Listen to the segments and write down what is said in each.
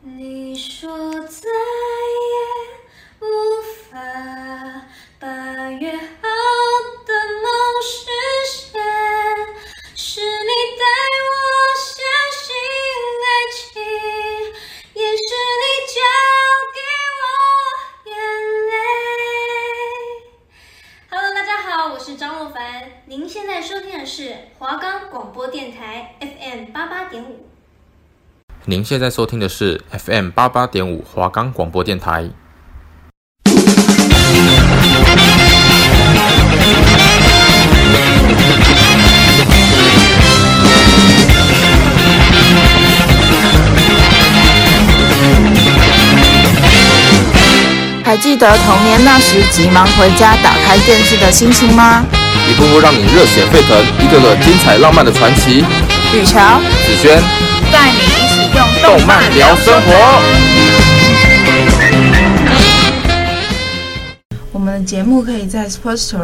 你说再也无法把约好的梦实现，是你带我相信爱情，也是你教给我眼泪。Hello， 大家好，我是张若凡，您现在收听的是华冈广播电台 FM 88.5。 您现在收听的是 FM 88.5华冈广播电台。 还记得童年那时急忙回家打开电视的心情吗？ 一部部让你热血沸腾，一个个精彩浪漫的传奇。 雨乔、 子轩带你一起用动漫聊生活。 我们的节目可以在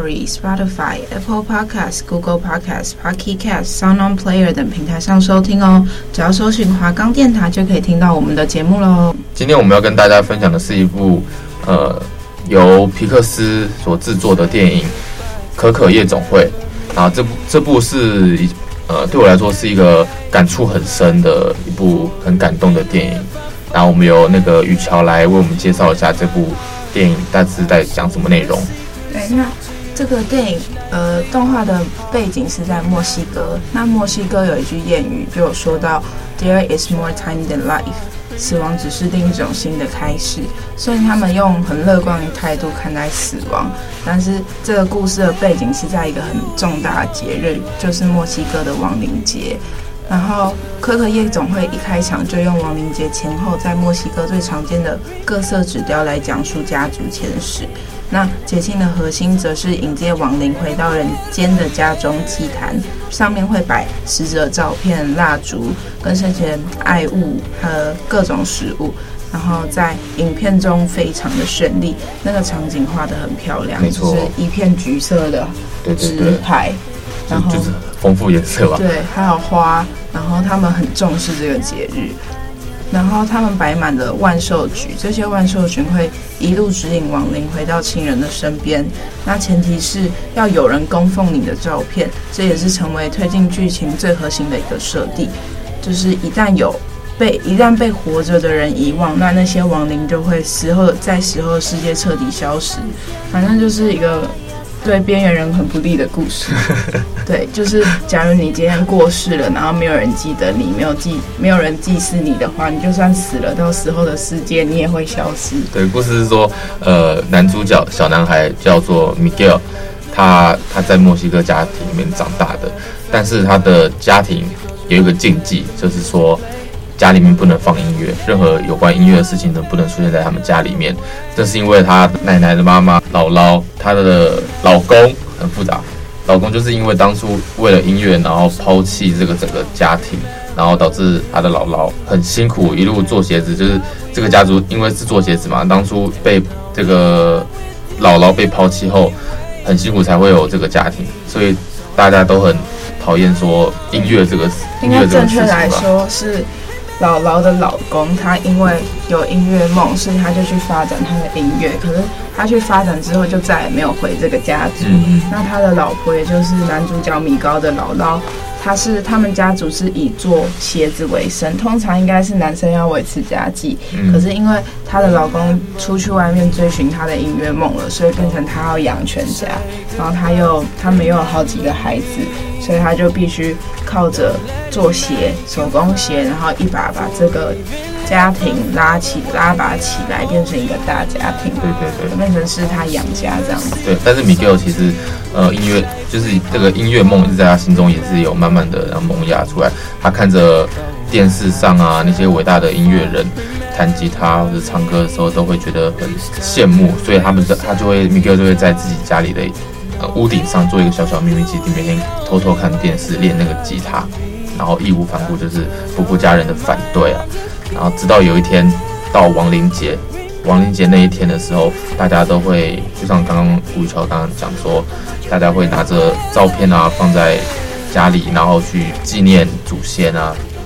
Spotify、Apple Podcasts、Google Podcasts、Pocket Casts、SoundOn Player 等平台上收听哦。只要搜寻华冈电台，就可以听到我们的节目喽。 今天我们要跟大家分享的是一部由皮克斯所制作的电影《可可夜总会》。然后这部是对我来说是一个感触很深的一部很感动的电影。然后我们由那个雨乔来为我们介绍一下这部电影大致在讲什么内容。 对，那这个电影动画的背景是在墨西哥。那墨西哥有一句谚语就有说到 There is more time than life， 死亡只是另一种新的开始。所以他们用很乐观的态度看待死亡，但是这个故事的背景是在一个很重大的节日，就是墨西哥的亡灵节。然后可可夜总会一开场就用亡灵节前后在墨西哥最常见的各色纸雕来讲述家族前史。那节庆的核心则是迎接亡灵回到人间的家中祭坛，上面会摆死者照片、蜡烛跟生前爱物和各种食物。然后在影片中非常的绚丽，那个场景画得很漂亮，就是一片橘色的纸牌，然后就是丰富颜色吧。 对，还有花，然后他们很重视这个节日，然后他们摆满了万寿菊，这些万寿菊会一路指引亡灵回到亲人的身边。那前提是要有人供奉你的照片，这也是成为推进剧情最核心的一个设定，就是一旦被活着的人遗忘，那些亡灵就会在死后的世界彻底消失。反正就是一个对边缘人很不利的故事。对，就是假如你今天过世了，然后没有人记得你，没有人祭祀你的话，你就算死了，到死后的世界你也会消失。 对，故事是说，男主角小男孩叫做 Miguel， 他在墨西哥家庭里面长大的，但是他的家庭有一个禁忌，就是说家里面不能放音乐，任何有关音乐的事情都不能出现在他们家里面。这是因为他奶奶的妈妈姥姥，她的老公很复杂，老公就是因为当初为了音乐，然后抛弃这个整个家庭，然后导致他的姥姥很辛苦一路做鞋子，就是这个家族因为是做鞋子嘛，当初被这个姥姥被抛弃后，很辛苦才会有这个家庭，所以大家都很讨厌说音乐这个事情吧。 应该正确来说是姥姥的老公，他因为有音乐梦，所以他就去发展他的音乐。可是他去发展之后，就再也没有回这个家族。那他的老婆，也就是男主角米高的姥姥，他们家族是以做鞋子为生，通常应该是男生要维持家计。可是因为她的老公出去外面追寻他的音乐梦了，所以变成他要养全家。然后他们又有好几个孩子，所以他就必须靠着做鞋、手工鞋，然后一把把这个家庭拉拔起来，变成一个大家庭。 对， 变成是他养家这样子。 对，但是米格尔其实音乐就是这个音乐梦一直在他心中也是有慢慢的萌芽出来。他看着电视上啊那些伟大的音乐人弹吉他或者唱歌的时候，都会觉得很羡慕，所以米格尔就会在自己家里的屋顶上做一个小小秘密基地，每天偷偷看电视练那个吉他，然后义无反顾，就是不顾家人的反对啊。然后直到有一天到亡灵节那一天的时候，大家都会就像刚刚吴宇乔刚刚讲说，大家会拿着照片啊放在家里，然后去纪念祖先啊，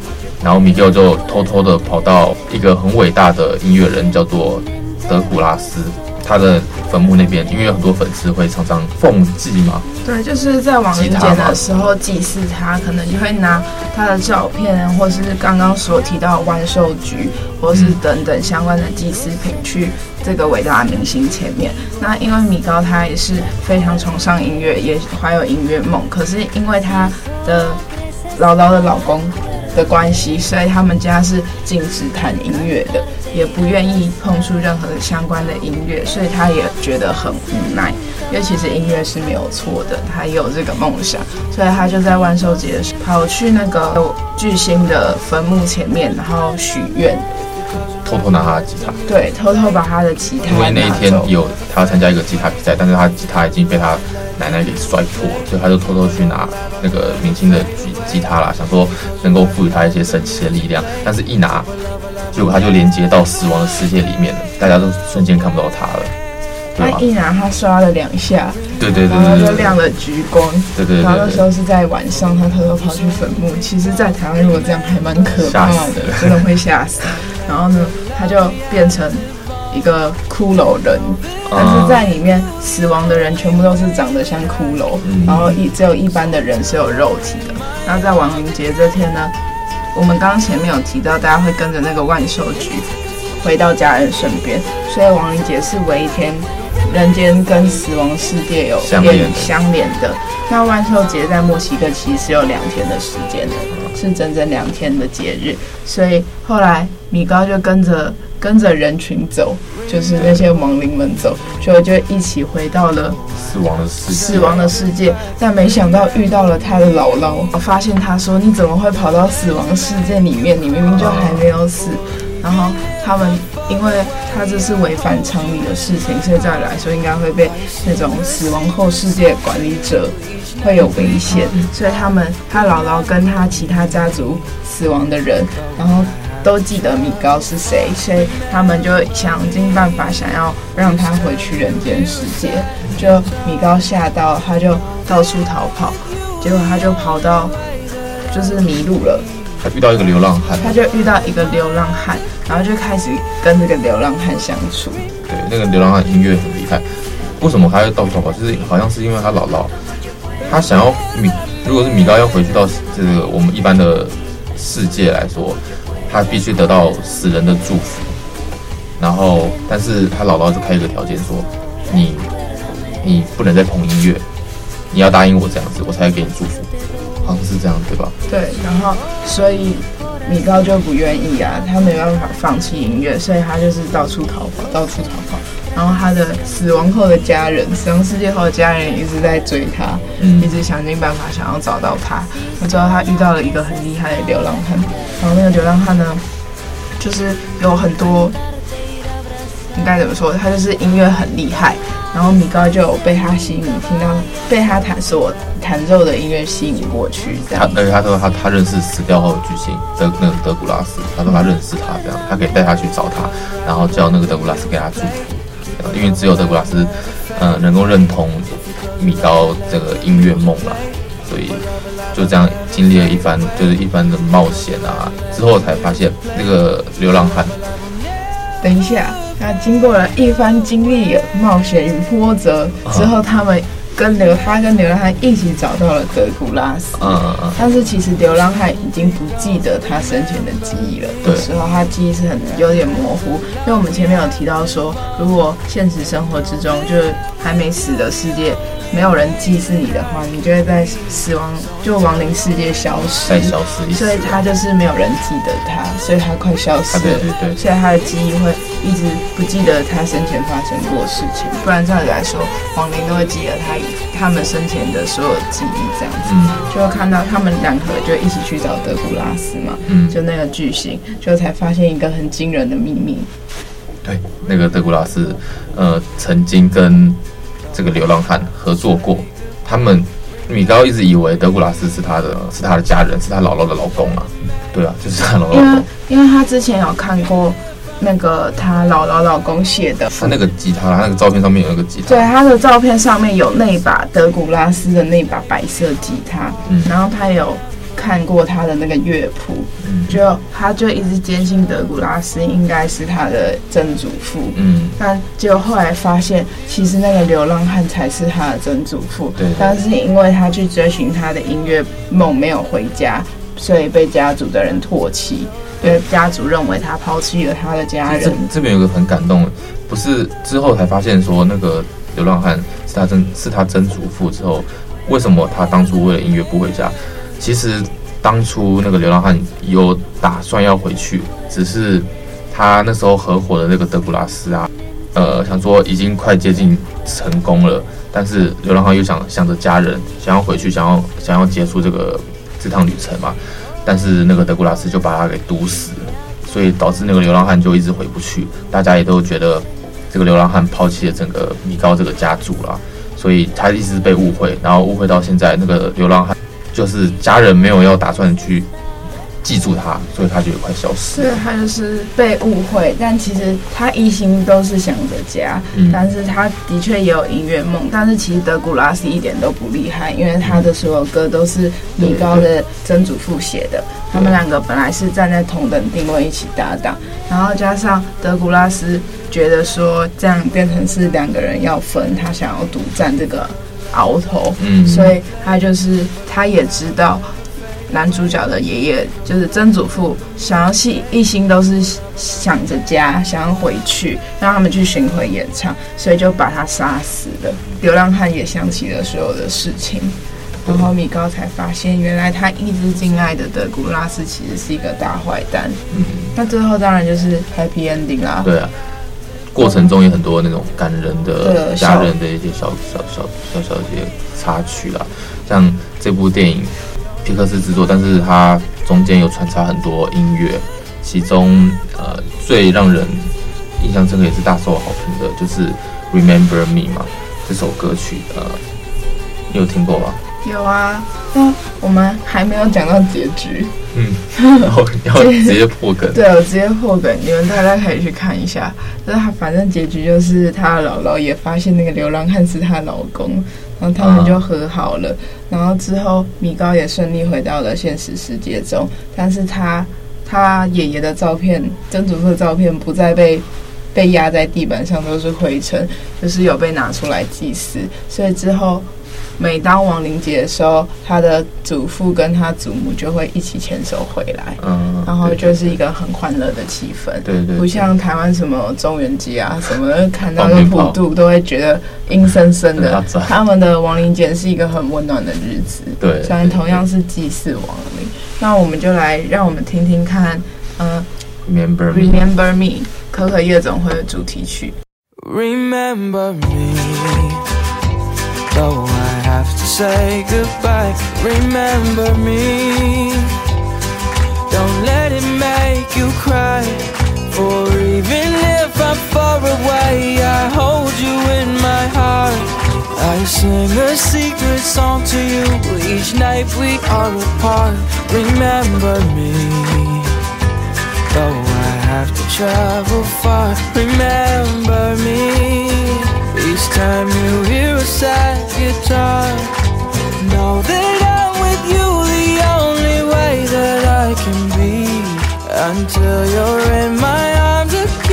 然后米格尔就偷偷的跑到一个很伟大的音乐人，叫做德古拉斯，他的坟墓那边，因为有很多粉丝会常常奉祭嘛。 对，就是在亡灵节的时候祭祀他，可能就会拿他的照片，或是刚刚所提到的万寿菊，或是等等相关的祭祀品去这个伟大的明星前面。那因为米高他也是非常崇尚音乐，也怀有音乐梦，可是因为他的姥姥的老公的关系，所以他们家是禁止弹音乐的，也不愿意碰触任何相关的音乐，所以他也觉得很无奈。因为其实音乐是没有错的，他也有这个梦想，所以他就在万寿节的时候跑去那个巨星的坟墓前面，然后许愿， 偷偷拿他的吉他。 对，偷偷把他的吉他拿走。 因为那一天他要参加一个吉他比赛，但是他吉他已经被他奶奶给摔破了，所以他就偷偷去拿那个明星的吉他啦，想说能够赋予他一些神奇的力量。但是一拿，结果他就连接到死亡的世界里面了，大家都瞬间看不到他了。 他一拿，他刷了2下， 对，然后就亮了橘光， 对。 然后那时候是在晚上，他偷偷跑去坟墓。其实，在台湾如果这样还蛮可怕的，真的会吓死。然后呢，他就变成一个骷髅人，但是在里面死亡的人全部都是长得像骷髅，然后只有一般的人是有肉体的。然后在亡灵节这天呢，我们刚刚前面有提到，大家会跟着那个万寿菊回到家人身边，所以亡灵节是唯一天人间跟死亡世界有相连的。那万寿节在墨西哥其实是有2天的时间的，是整整2天的节日。所以后来米高就跟着人群走，就是那些亡灵们走，就一起回到了死亡的世界。但没想到遇到了他的姥姥，发现他说：“你怎么会跑到死亡世界里面？你明明就还没有死。”然后他们因为他这是违反常理的事情，所以照理来说应该会被那种死亡后世界管理者会有危险，所以他姥姥跟他其他家族死亡的人，然后都记得米高是谁，所以他们就想尽办法想要让他回去人间世界。就米高吓到，他就到处逃跑，结果他就跑到就是迷路了。 他遇到一个流浪汉， 然后就开始跟这个流浪汉相处。 对，那个流浪汉音乐很厉害。为什么他要到处逃跑？就是好像是因为他姥姥，他想要如果是米高要回去到这个我们一般的世界来说，他必须得到死人的祝福。然后，但是他姥姥就开一个条件说，你不能再碰音乐，你要答应我这样子，我才会给你祝福。好像是这样，对吧？ 对，然后所以米高就不愿意啊，他没办法放弃音乐，所以他就是到处逃跑。然后他的死亡后的家人，死亡世界后的家人一直在追他，一直想尽办法想要找到他。那之后他遇到了一个很厉害的流浪汉，然后那个流浪汉呢，就是有很多应该怎么说，他就是音乐很厉害。然后米高就有被他吸引，听到被他弹奏的音乐吸引过去，这样。 而且他说他认识死掉后的巨星那个德古拉斯，他说他认识他，这样他可以带他去找他，然后叫那个德古拉斯给他祝福，因为只有德古拉斯能够认同米高这个音乐梦啦，所以就这样经历了一番的冒险啊，之后才发现那个流浪汉。 等一下。那经过了一番经历、冒险与波折之后，他跟流浪汉一起找到了德古拉斯。但是其实流浪汉已经不记得他生前的记忆了。有时候他记忆是有点模糊，因为我们前面有提到说，如果现实生活之中就是还没死的世界，没有人祭祀你的话，你就会在亡灵世界消失，所以他就是没有人记得他，所以他快消失了。对，所以他的记忆会一直不记得他生前发生过的事情，不然照理来说，亡灵都会记得他们生前的所有记忆，这样子，就会看到他们2个就一起去找德古拉斯嘛，就那个巨星，就才发现一个很惊人的秘密。 对，那个德古拉斯，曾经跟这个流浪汉合作过，米高一直以为德古拉斯是他的家人，是他姥姥的老公啊，对啊，就是他姥姥老公， 因为他之前有看过。那个他姥姥老公写的， 他那个吉他，他那个照片上面有一个吉他， 对，他的照片上面有那把德古拉斯的那把白色吉他，然后他有看过他的那个乐谱， 他就一直坚信德古拉斯应该是他的曾祖父，但结果后来发现，其实那个流浪汉才是他的曾祖父。 对， 但是因为他去追寻他的音乐梦没有回家，所以被家族的人唾弃。因为家族认为他抛弃了他的家人。 这边有个很感动，不是之后才发现说那个流浪汉是他曾祖父之后，为什么他当初为了音乐不回家？其实当初那个流浪汉有打算要回去，只是他那时候合伙的那个德古拉斯啊，想说已经快接近成功了，但是流浪汉又想着家人，想要回去，想要结束这趟旅程嘛。但是那个德古拉斯就把他给毒死了，所以导致那个流浪汉就一直回不去。大家也都觉得这个流浪汉抛弃了整个米高这个家族啦，所以他一直被误会，然后误会到现在，那个流浪汉就是家人没有要打算去记住他，所以他就快消失了。 对，他就是被误会，但其实他一心都是想着家，但是他的确也有音乐梦，但是其实德古拉斯一点都不厉害，因为他的所有歌都是米高的曾祖父写的，他们两个本来是站在同等定位一起搭档，然后加上德古拉斯觉得说这样变成是两个人要分，他想要独占这个鳌头，所以他也知道男主角的爷爷就是曾祖父，一心都是想着家，想要回去，让他们去巡回演唱，所以就把他杀死了。流浪汉也想起了所有的事情，然后米高才发现，原来他一直敬爱的德古拉斯其实是一个大坏蛋。那最后当然就是 happy ending 啦。 对啊，过程中有很多那种感人的家人的一些小一些插曲啦，像这部电影。皮克斯制作，但是它中间有穿插很多音乐，其中最让人印象深刻也是大受好评的，就是《Remember Me》嘛，这首歌曲，你有听过吗？ 有啊，那我们还没有讲到结局。 然后你要直接破梗。 对，我直接破梗，你们大家可以去看一下。就是反正结局就是他的姥姥也发现那个流浪汉是她老公，然后他们就和好了。然后之后米高也顺利回到了现实世界中，但是他爷爷的照片，曾祖父的照片不再被压在地板上，都是灰尘，就是有被拿出来祭祀。所以之后每当亡灵节的时候，他的祖父跟他祖母就会一起牵手回来，然后就是一个很欢乐的气氛。 对， 不像台湾什么中元节啊什么的，看到那普渡都会觉得阴森森的。他们的亡灵节是一个很温暖的日子。 对， 虽然同样是祭祀亡灵，那我们就来让我们听听看，Remember Me 可可夜总会的主题曲。 Remember me.Though I have to say goodbye, remember me. Don't let it make you cry. For even if I'm far away, I hold you in my heart. I sing a secret song to you each night we are apart. Remember me. Though I have to travel far, remember me.Each time you hear a sad guitar, know that I'm with you the only way that I can be, until you're in my arms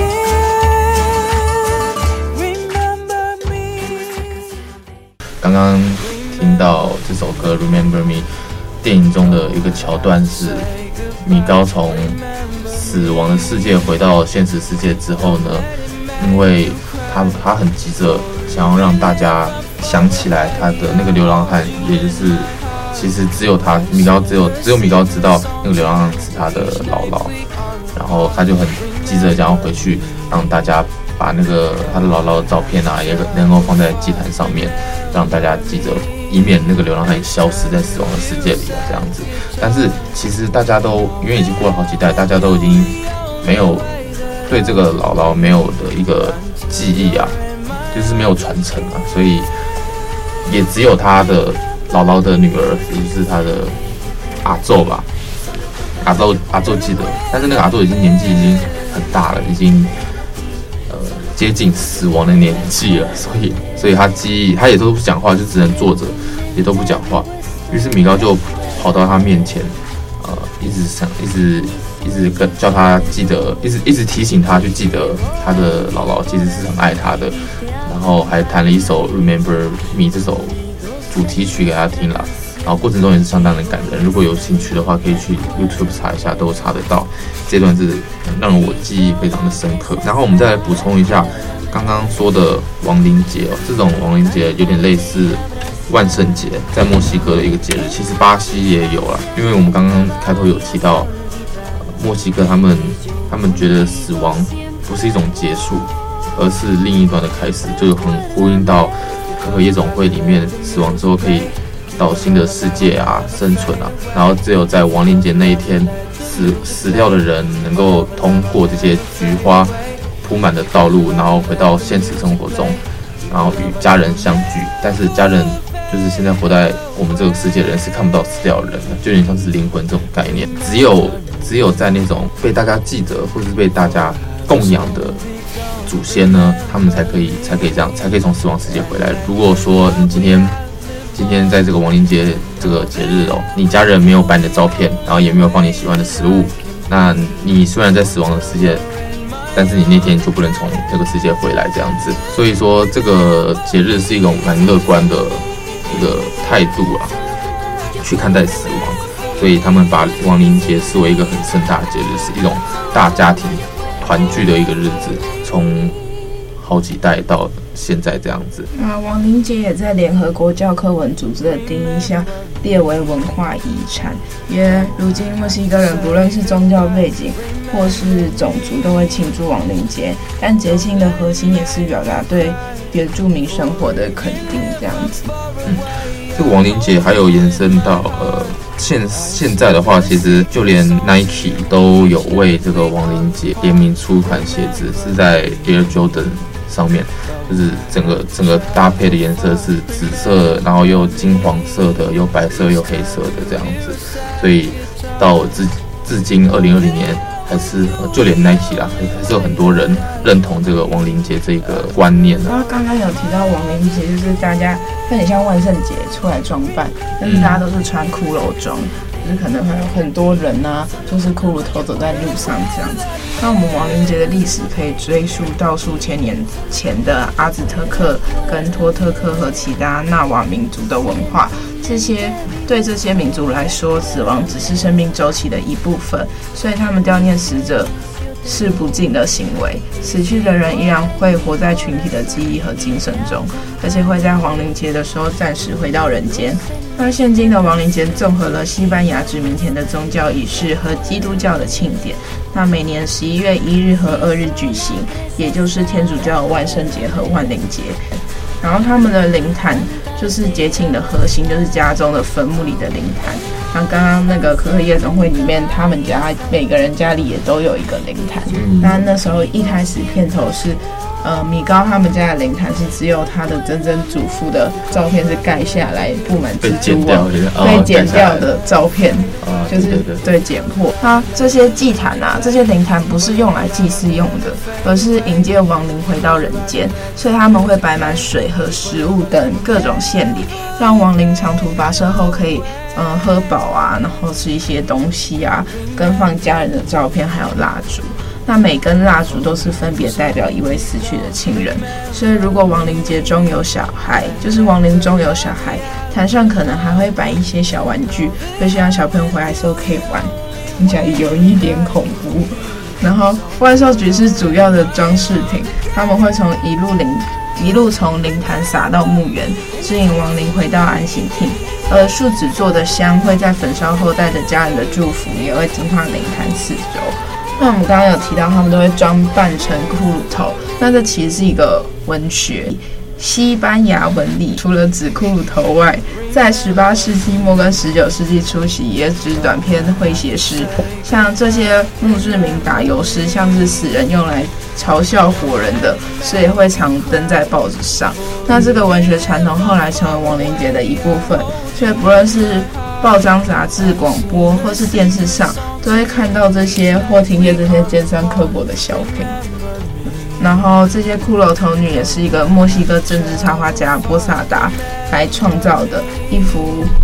again. Remember me. 刚刚听到这首歌《Remember Me》，电影中的一个桥段是米高从死亡的世界回到现实世界之后呢，因为他很急着想要让大家想起来他的那个流浪汉，也就是其实只有米高知道那个流浪汉是他的姥姥，然后他就很急着想要回去，让大家把那个他的姥姥的照片啊也能够放在祭坛上面，让大家记着，以免那个流浪汉也消失在死亡的世界里这样子。但是其实大家都因为已经过了好几代，大家都已经没有对这个姥姥没有的一个记忆啊，就是没有传承啊，所以也只有他的姥姥的女儿，也就是他的阿宙吧，阿宙记得，但是那个阿宙年纪已经很大了，已经接近死亡的年纪了，所以他记忆他也都不讲话，就只能坐着，也都不讲话。于是米高就跑到他面前， 一直叫他记得，一直提醒他去记得他的姥姥其实是很爱他的，然后还弹了一首《Remember Me》这首主题曲给他听了，然后过程中也是相当的感人。如果有兴趣的话，可以去 YouTube 查一下，都查得到。这段是让我记忆非常的深刻。然后我们再来补充一下刚刚说的亡灵节哦，这种亡灵节有点类似万圣节，在墨西哥的一个节日，其实巴西也有啦。因为我们刚刚开头有提到，墨西哥他们觉得死亡不是一种结束，而是另一段的开始，就很呼应到可可夜总会里面，死亡之后可以到新的世界啊，生存啊，然后只有在亡灵节那一天，死掉的人能够通过这些菊花铺满的道路，然后回到现实生活中，然后与家人相聚。但是家人就是现在活在我们这个世界的人是看不到死掉的人的，就有点像是灵魂这种概念。只有在那种被大家记得或是被大家供养的祖先呢，他们才可以这样，才可以从死亡世界回来。如果说你今天在这个亡灵节这个节日哦，你家人没有摆你的照片，然后也没有放你喜欢的食物，那你虽然在死亡的世界，但是你那天就不能从这个世界回来这样子。所以说这个节日是一种蛮乐观的一个态度啊，去看待死亡。所以他们把亡灵节视为一个很盛大的节日，是一种大家庭团聚的一个日子，从好几代到现在这样子。 那亡灵节也在联合国教科文组织的定义下列为文化遗产。约如今墨西哥人不论是宗教背景或是种族都会庆祝亡灵节，但节庆的核心也是表达对原住民生活的肯定这样子。 这个亡灵节还有延伸到现在的话，其实就连 Nike 都有为这个亡灵节联名出一款鞋子，是在 Air Jordan 上面，就是整个搭配的颜色是紫色，然后又金黄色的，又白色又黑色的这样子。所以到至今2020年，还是就连 Nike 啦，还是有很多人认同这个亡灵节这个观念。 然后刚刚有提到亡灵节，就是大家会很像万圣节出来装扮，但是大家都是穿骷髅装，就是可能会有很多人啊，就是骷髅头走在路上这样子。那我们亡灵节的历史可以追溯到数千年前的阿兹特克跟托特克和其他纳瓦民族的文化。对这些民族来说，死亡只是生命周期的一部分，所以他们悼念死者是不敬的行为。死去的人依然会活在群体的记忆和精神中，而且会在亡灵节的时候暂时回到人间。而现今的亡灵节综合了西班牙殖民前的宗教仪式和基督教的庆典。那每年11月1日和2日举行，也就是天主教的万圣节和万灵节。然后他们的灵坛就是节庆的核心，就是家中的坟墓里的灵坛。像刚刚那个可可夜总会里面，他们家每个人家里也都有一个灵坛。那时候一开始片头是米高他们家的灵坛是只有他的曾曾祖父的照片是盖下来，布满蜘蛛网被剪掉的照片，就是对剪破。那这些祭坛啊，这些灵坛不是用来祭祀用的，而是迎接亡灵回到人间，所以他们会摆满水和食物等各种献礼，让亡灵长途跋涉后可以喝饱啊，然后吃一些东西啊，跟放家人的照片还有蜡烛。那每根蜡烛都是分别代表一位死去的亲人，所以如果亡灵节中有小孩，就是亡灵中有小孩，坛上可能还会摆一些小玩具，就希望小朋友回来的时候可以玩。听起来有一点恐怖。然后万寿菊是主要的装饰品，他们会一路从灵坛撒到墓园，指引亡灵回到安息厅。而树脂做的香会在焚烧后带着家人的祝福，也会净化灵坛四周。那我们刚刚有提到，他们都会装扮成骷髅头，那这其实是一个文学。西班牙文里除了指骷髅头外，在18世纪末跟19世纪初期也指短篇诙谐诗，像这些墓志铭打油诗，像是死人用来嘲笑活人的，所以会常登在报纸上。那这个文学传统后来成为亡灵节的一部分，所以不论是报章杂志、广播或是电视上，都会看到这些或听见这些尖酸刻薄的小品。然后这些骷髅头女也是一个墨西哥政治插画家波萨达来创造的一幅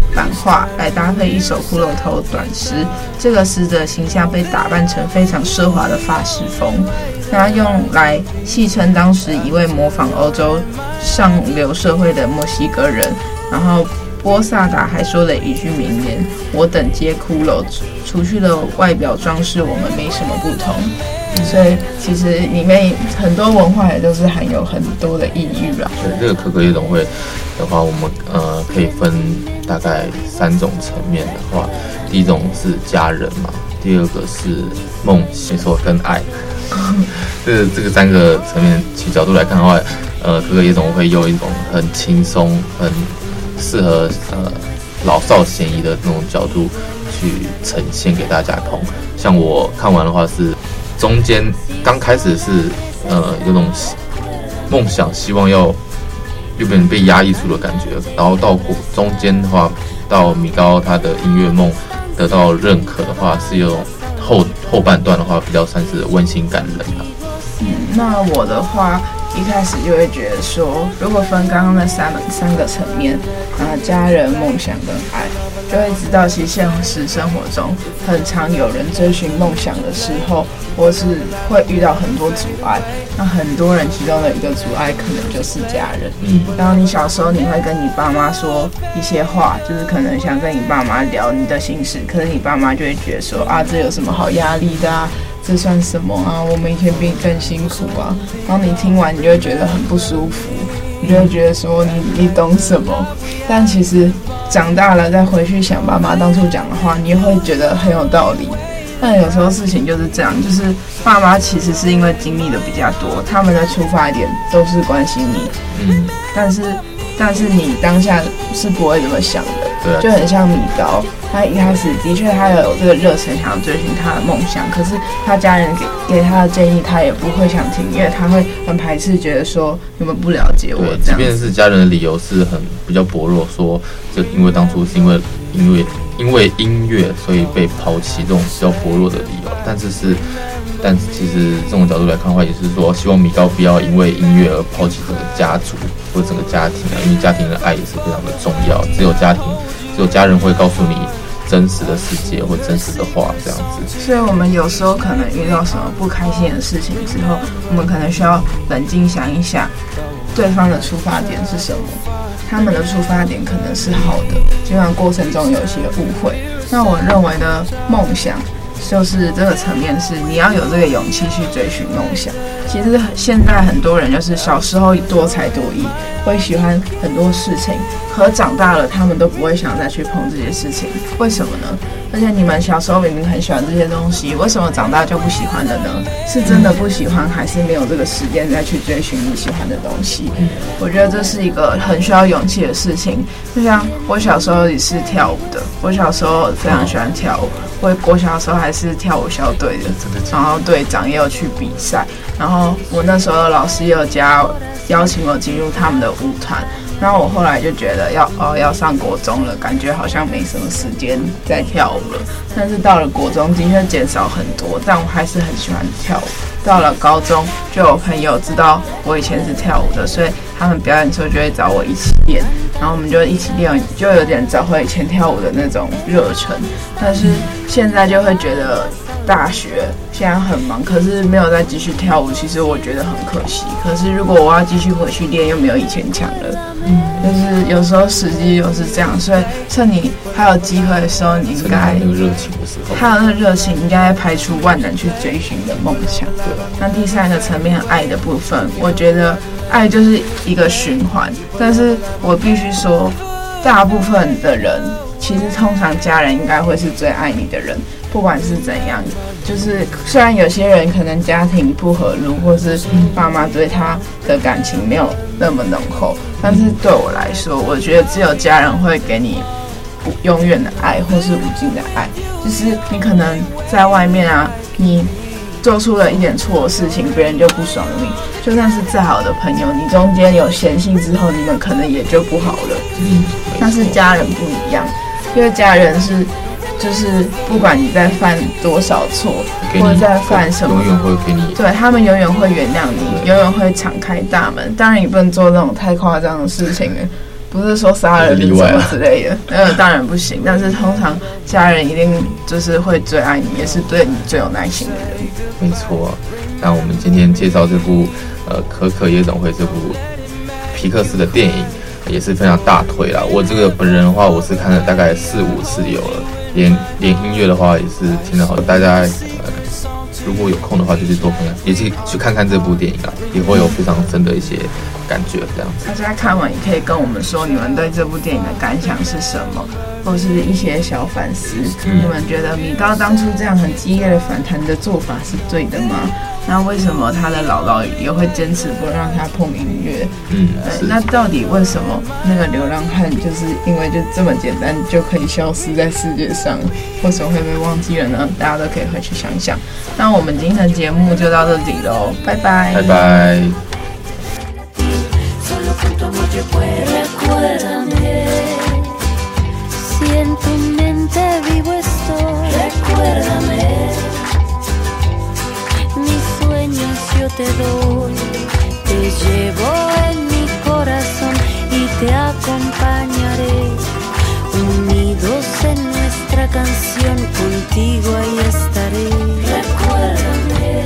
版画来搭配一首骷髅头短诗。这个死者形象被打扮成非常奢华的法式风，那用来戏称当时一位模仿欧洲上流社会的墨西哥人。然后波萨达还说了一句名言：“我等皆骷髅，除去了外表装饰，我们没什么不同。”所以其实里面很多文化也都是含有很多的意喻啦。 对，这个可可夜总会的话，我们可以分大概3种层面的话，第一种是家人嘛，第二个是梦想跟爱。这个3个层面角度来看的话，可可夜总会用一种很轻松、很适合老少咸宜的那种角度去呈现给大家看。像我看完的话是。中间刚开始是有种梦想，希望要有点被压抑住的感觉，然后到中间的话，到米高他的音乐梦得到认可的话，是有后半段的话比较算是温馨感人的。 那我的话一开始就会觉得说，如果分刚刚那三个层面，家人、梦想跟爱，就会知道其实现实生活中很常有人追寻梦想的时候，或是会遇到很多阻碍。那很多人其中的一个阻碍可能就是家人。然后你小时候你会跟你爸妈说一些话，就是可能想跟你爸妈聊你的心事，可是你爸妈就会觉得说啊，这有什么好压力的啊？这算什么啊？我们以前比你更辛苦啊！然后你听完，你就会觉得很不舒服，你就会觉得说你懂什么？但其实长大了再回去想爸妈当初讲的话，你会觉得很有道理。但有时候事情就是这样，就是爸妈其实是因为经历的比较多，他们的出发点都是关心你，但是你当下是不会这么想的，就很像米高。他一开始的确他有这个热忱想要追寻他的梦想，可是他家人给他的建议他也不会想听，因为他会很排斥，觉得说你们不了解我这样。即便是家人的理由是比较薄弱，说就因为当初是因为音乐所以被抛弃这种比较薄弱的理由，但是其实这种角度来看的话，也是说希望米高不要因为音乐而抛弃整个家族或整个家庭啊，因为家庭的爱也是非常的重要，只有家人会告诉你真实的世界或真实的话这样子。 所以我们有时候可能遇到什么不开心的事情之后，我们可能需要冷静想一想对方的出发点是什么，他们的出发点可能是好的，尽管过程中有一些误会。那我认为的梦想就是这个层面是你要有这个勇气去追寻梦想。其实现在很多人就是小时候多才多艺，会喜欢很多事情，可长大了他们都不会想再去碰这些事情，为什么呢？而且你们小时候明明很喜欢这些东西，为什么长大就不喜欢了呢？是真的不喜欢，还是没有这个时间再去追寻你喜欢的东西？我觉得这是一个很需要勇气的事情。就像我小时候也是跳舞的，我小时候非常喜欢跳舞，我小的时候还是跳舞校队的，然后队长也有去比赛，然后我那时候老师也有邀请我进入他们的舞团。然后我后来就觉得要上国中了，感觉好像没什么时间再跳舞了。但是到了国中的确减少很多，但我还是很喜欢跳舞。到了高中，就有朋友知道我以前是跳舞的，所以他们表演的时候就会找我一起练，然后我们就一起练，就有点找回以前跳舞的那种热忱。但是现在就会觉得大学现在很忙，可是没有再继续跳舞，其实我觉得很可惜。可是如果我要继续回去练，又没有以前强了。就是有时候时机又是这样，所以趁你还有机会的时候，你应该还有那个热情的时候， 还有那个热情，应该排除万难去追寻的梦想。 对。 那第三个层面，爱的部分，我觉得爱就是一个循环，但是我必须说，大部分的人其实通常家人应该会是最爱你的人，不管是怎样。就是虽然有些人可能家庭不和睦，或是爸妈对他的感情没有那么浓厚，但是对我来说，我觉得只有家人会给你永远的爱，或是无尽的爱。就是你可能在外面啊，你做出了一点错的事情，别人就不爽你，就算是再好的朋友，你中间有嫌隙之后，你们可能也就不好了。但是家人不一样，因为家人是就是不管你在犯多少错，或者在犯什么， 永远会给你， 对，他们永远会原谅你，永远会敞开大门。当然你不能做那种太夸张的事情， 不是说杀人什么之类的，当然不行。但是通常家人一定就是会最爱你，也是对你最有耐心的人。 没错。那我们今天介绍这部可可夜总会这部皮克斯的电影也是非常大推啦。我这个本人的话，我是看了大概4-5次有了，连音乐的话也是听得好。大家如果有空的话，就去多看看，也去看看这部电影啊，也会有非常深的一些感觉这样子。 大家看完也可以跟我们说你们对这部电影的感想是什么，或是一些小反思。你们觉得米高当初这样很激烈的反弹的做法是对的吗？那为什么他的姥姥也会坚持不让他碰音乐？那到底为什么那个流浪汉就是因为就这么简单就可以消失在世界上，为什么会被忘记了呢？大家都可以回去想想。那我们今天的节目就到这里喽，拜拜， 拜拜。 Te doy, te llevo en mi corazón y te acompañaré, unidos en nuestra canción, contigo ahí estaré. Recuérdame,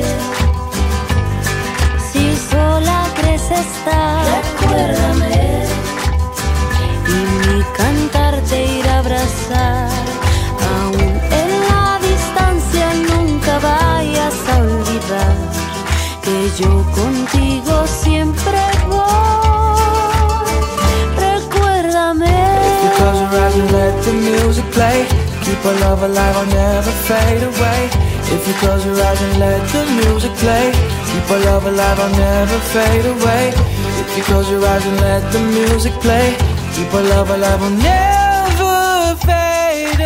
si sola crees estar, recuérdame, y mi cantar te irá a abrazar, aún en la distancia nunca vayas a olvidar que yo contigo siempre voy. Recuérdame. If you close your eyes and let the music play, keep our love alive, I'll never fade away. If you close your eyes and let the music play, keep our love alive, I'll never fade away. If you close your eyes and let the music play, keep our love alive, I'll never fade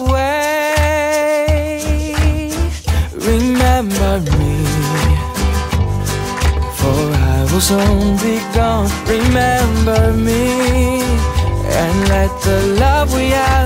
away. Remember me, for I will soon be gone. Remember me, and let the love we have